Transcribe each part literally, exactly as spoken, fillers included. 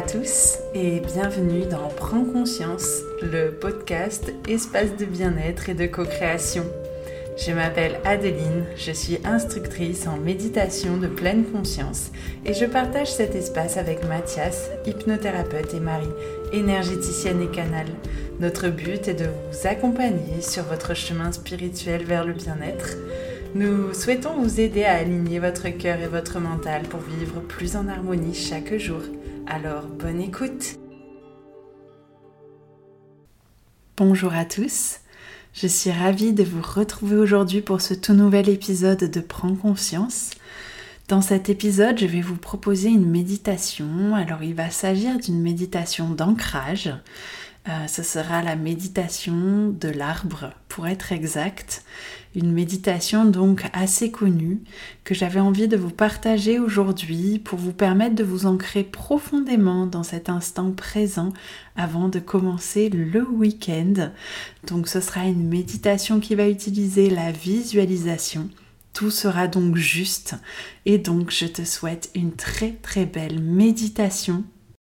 tous et bienvenue dans Prends Conscience, le podcast espace de bien-être et de co-création. Je m'appelle Adeline, je suis instructrice en méditation de pleine conscience et je partage cet espace avec Mathias, hypnothérapeute, et Marie, énergéticienne et canal. Notre but est de vous accompagner sur votre chemin spirituel vers le bien-être. Nous souhaitons vous aider à aligner votre cœur et votre mental pour vivre plus en harmonie chaque jour. Alors, bonne écoute! Bonjour à tous, je suis ravie de vous retrouver aujourd'hui pour ce tout nouvel épisode de Prends Conscience. Dans cet épisode, je vais vous proposer une méditation. Alors, il va s'agir d'une méditation d'ancrage. Euh, ce sera la méditation de l'arbre, pour être exact. Une méditation donc assez connue que j'avais envie de vous partager aujourd'hui pour vous permettre de vous ancrer profondément dans cet instant présent avant de commencer le week-end. Donc ce sera une méditation qui va utiliser la visualisation. Tout sera donc juste et donc je te souhaite une très très belle méditation.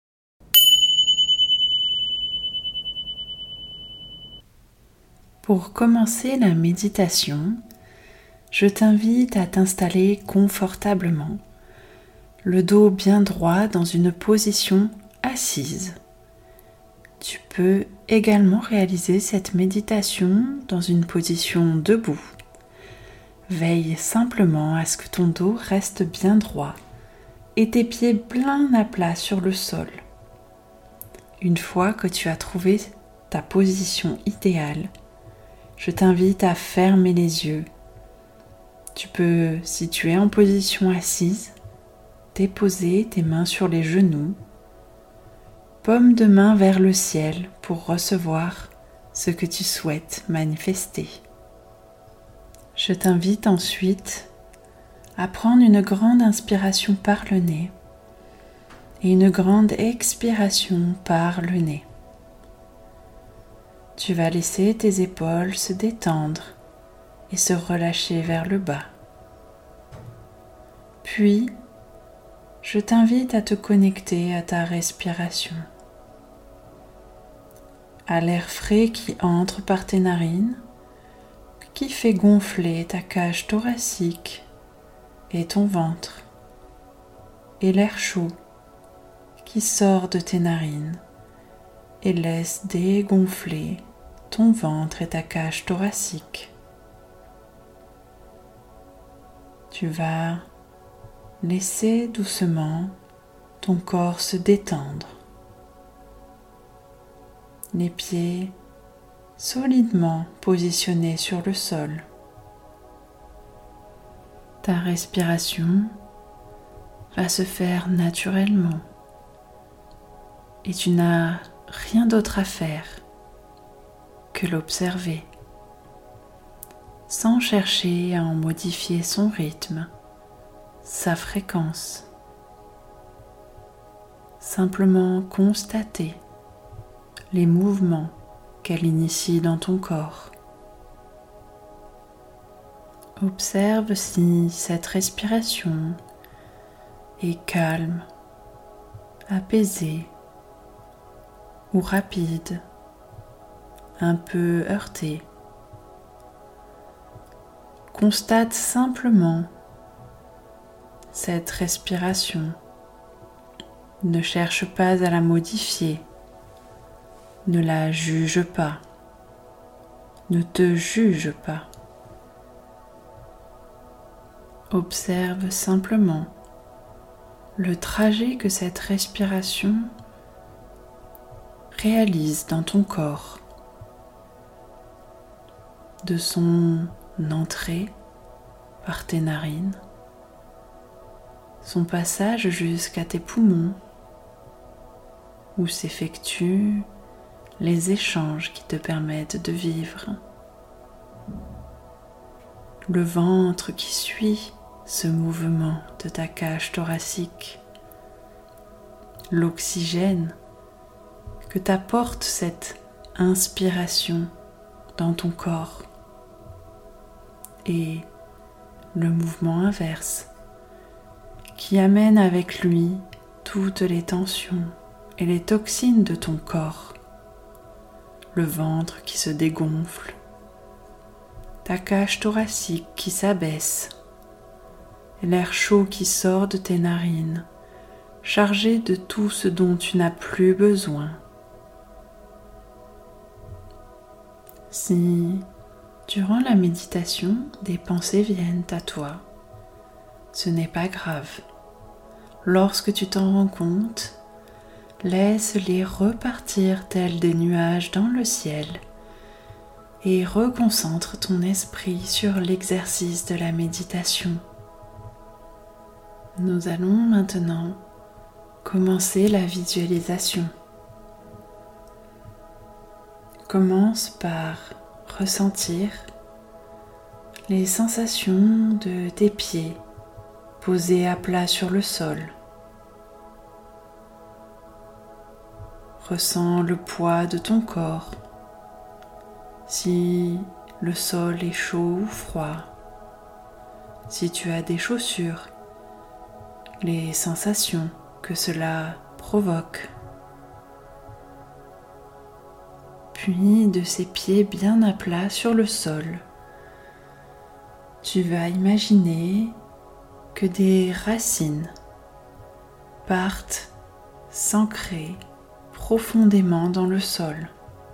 Pour commencer la méditation, je t'invite à t'installer confortablement, le dos bien droit dans une position assise. Tu peux également réaliser cette méditation dans une position debout. Veille simplement à ce que ton dos reste bien droit et tes pieds bien à plat sur le sol. Une fois que tu as trouvé ta position idéale, je t'invite à fermer les yeux. Tu peux, si tu es en position assise, déposer tes mains sur les genoux, paume de main vers le ciel pour recevoir ce que tu souhaites manifester. Je t'invite ensuite à prendre une grande inspiration par le nez et une grande expiration par le nez. Tu vas laisser tes épaules se détendre et se relâcher vers le bas. Puis, je t'invite à te connecter à ta respiration, à l'air frais qui entre par tes narines, qui fait gonfler ta cage thoracique et ton ventre, et l'air chaud qui sort de tes narines et laisse dégonfler ton ventre et ta cage thoracique. Tu vas laisser doucement ton corps se détendre, les pieds solidement positionnés sur le sol. Ta respiration va se faire naturellement et tu n'as rien d'autre à faire que l'observer, sans chercher à en modifier son rythme, sa fréquence. Simplement constater les mouvements qu'elle initie dans ton corps. Observe si cette respiration est calme, apaisée ou rapide, un peu heurtée. Constate simplement cette respiration. Ne cherche pas à la modifier. Ne la juge pas. Ne te juge pas. Observe simplement le trajet que cette respiration réalise dans ton corps, de son entrée par tes narines, son passage jusqu'à tes poumons, où s'effectuent les échanges qui te permettent de vivre, le ventre qui suit ce mouvement de ta cage thoracique, l'oxygène que t'apporte cette inspiration dans ton corps et le mouvement inverse qui amène avec lui toutes les tensions et les toxines de ton corps, le ventre qui se dégonfle, ta cage thoracique qui s'abaisse, et l'air chaud qui sort de tes narines, chargé de tout ce dont tu n'as plus besoin. Si, durant la méditation, des pensées viennent à toi, ce n'est pas grave. Lorsque tu t'en rends compte, laisse-les repartir tels des nuages dans le ciel et reconcentre ton esprit sur l'exercice de la méditation. Nous allons maintenant commencer la visualisation. Commence par ressentir les sensations de tes pieds posés à plat sur le sol. Ressens le poids de ton corps, si le sol est chaud ou froid, si tu as des chaussures, les sensations que cela provoque. Puis de ces pieds bien à plat sur le sol, tu vas imaginer que des racines partent s'ancrer profondément dans le sol.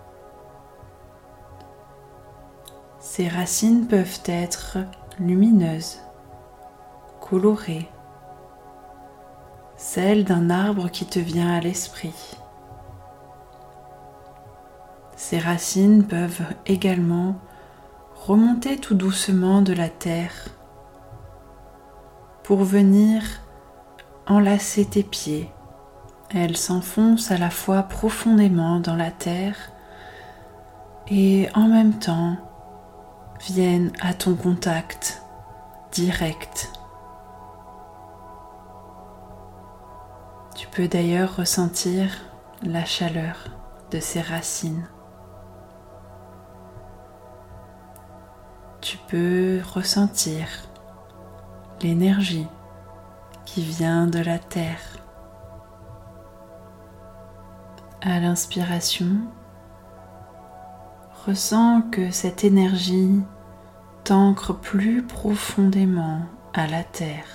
Ces racines peuvent être lumineuses, colorées, celles d'un arbre qui te vient à l'esprit. Ces racines peuvent également remonter tout doucement de la terre pour venir enlacer tes pieds. Elles s'enfoncent à la fois profondément dans la terre et en même temps viennent à ton contact direct. Tu peux d'ailleurs ressentir la chaleur de ces racines. Tu peux ressentir l'énergie qui vient de la terre. À l'inspiration, ressens que cette énergie t'ancre plus profondément à la terre.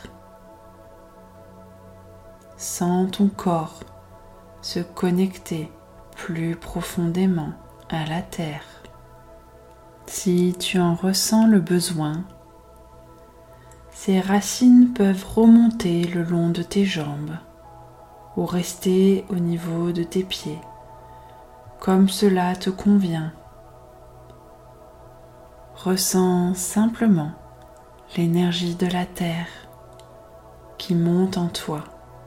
Sens ton corps se connecter plus profondément à la terre. Si tu en ressens le besoin, ces racines peuvent remonter le long de tes jambes ou rester au niveau de tes pieds, comme cela te convient. Ressens simplement l'énergie de la terre qui monte en toi.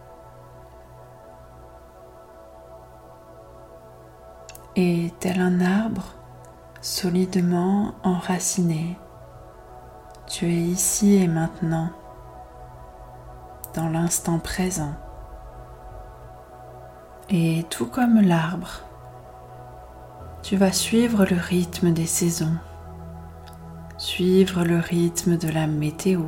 Et tel un arbre solidement enraciné, tu es ici et maintenant, dans l'instant présent. Et tout comme l'arbre, tu vas suivre le rythme des saisons, suivre le rythme de la météo,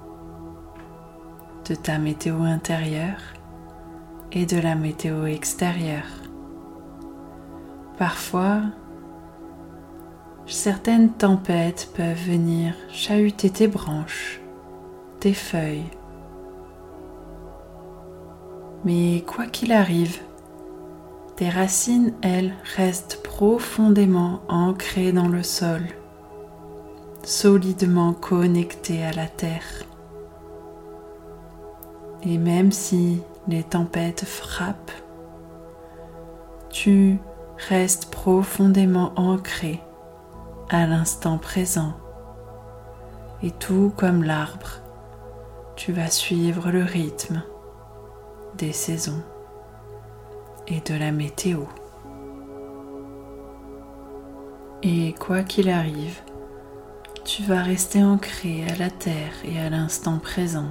de ta météo intérieure et de la météo extérieure. Parfois, certaines tempêtes peuvent venir chahuter tes branches, tes feuilles. Mais quoi qu'il arrive, tes racines, elles, restent profondément ancrées dans le sol, solidement connectées à la terre. Et même si les tempêtes frappent, tu restes profondément ancré à l'instant présent. Et tout comme l'arbre, tu vas suivre le rythme des saisons et de la météo. Et quoi qu'il arrive, tu vas rester ancré à la terre et à l'instant présent.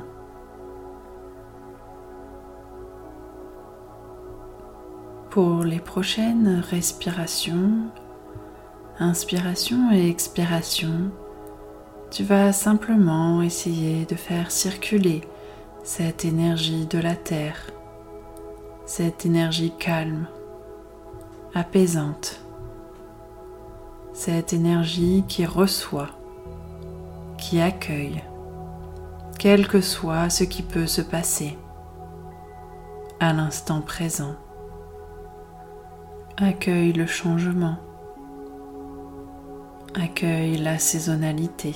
Pour les prochaines respirations, inspiration et expiration, tu vas simplement essayer de faire circuler cette énergie de la terre cette énergie calme, apaisante, cette énergie qui reçoit, qui accueille, quel que soit ce qui peut se passer à l'instant présent. Accueille le changement, accueille la saisonnalité.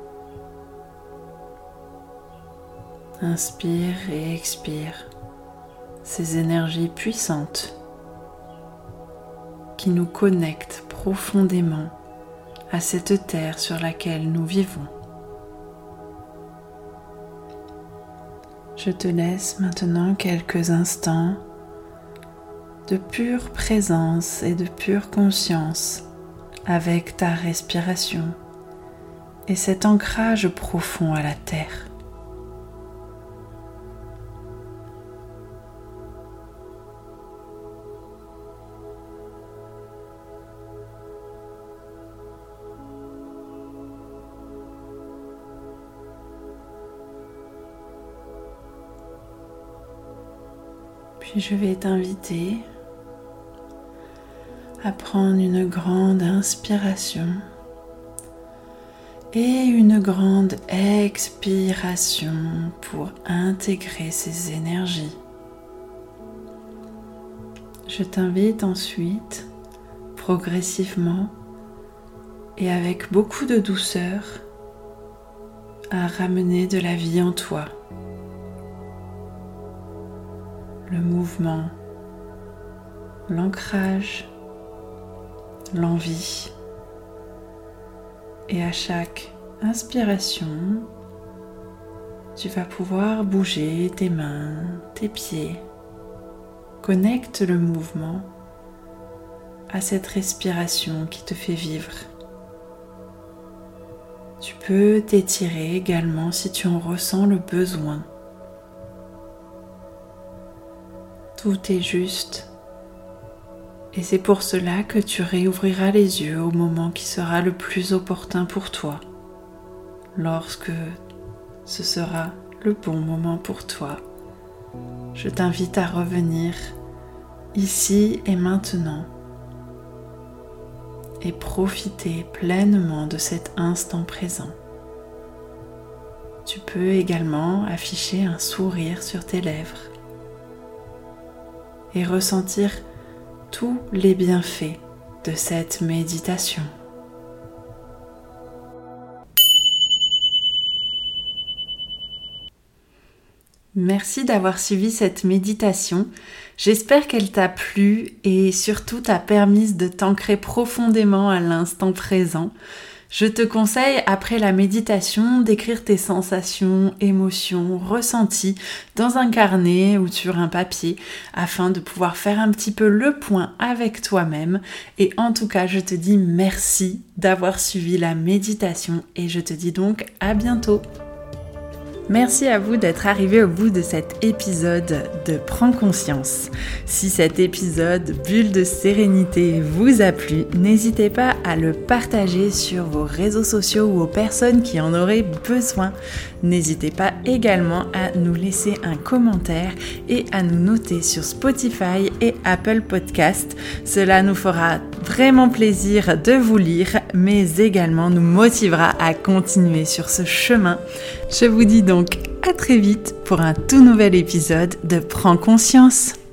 Inspire et expire ces énergies puissantes qui nous connectent profondément à cette terre sur laquelle nous vivons. Je te laisse maintenant quelques instants de pure présence et de pure conscience avec ta respiration et cet ancrage profond à la terre. Puis je vais t'inviter à prendre une grande inspiration et une grande expiration pour intégrer ces énergies. Je t'invite ensuite, progressivement et avec beaucoup de douceur, à ramener de la vie en toi. Le mouvement, l'ancrage, l'envie. Et à chaque inspiration, tu vas pouvoir bouger tes mains, tes pieds. Connecte le mouvement à cette respiration qui te fait vivre. Tu peux t'étirer également si tu en ressens le besoin. Tout est juste et c'est pour cela que tu réouvriras les yeux au moment qui sera le plus opportun pour toi, lorsque ce sera le bon moment pour toi. Je t'invite à revenir ici et maintenant et profiter pleinement de cet instant présent. Tu peux également afficher un sourire sur tes lèvres et ressentir tous les bienfaits de cette méditation. Merci d'avoir suivi cette méditation. J'espère qu'elle t'a plu et surtout t'a permis de t'ancrer profondément à l'instant présent. Je te conseille, après la méditation, d'écrire tes sensations, émotions, ressentis dans un carnet ou sur un papier afin de pouvoir faire un petit peu le point avec toi-même. Et en tout cas, je te dis merci d'avoir suivi la méditation et je te dis donc à bientôt. Merci à vous d'être arrivé au bout de cet épisode de Prends conscience. Si cet épisode Bulle de sérénité vous a plu, n'hésitez pas à le partager sur vos réseaux sociaux ou aux personnes qui en auraient besoin. N'hésitez pas également à nous laisser un commentaire et à nous noter sur Spotify et Apple Podcast. Cela nous fera vraiment plaisir de vous lire, mais également nous motivera à continuer sur ce chemin. Je vous dis donc à très vite pour un tout nouvel épisode de Prends conscience.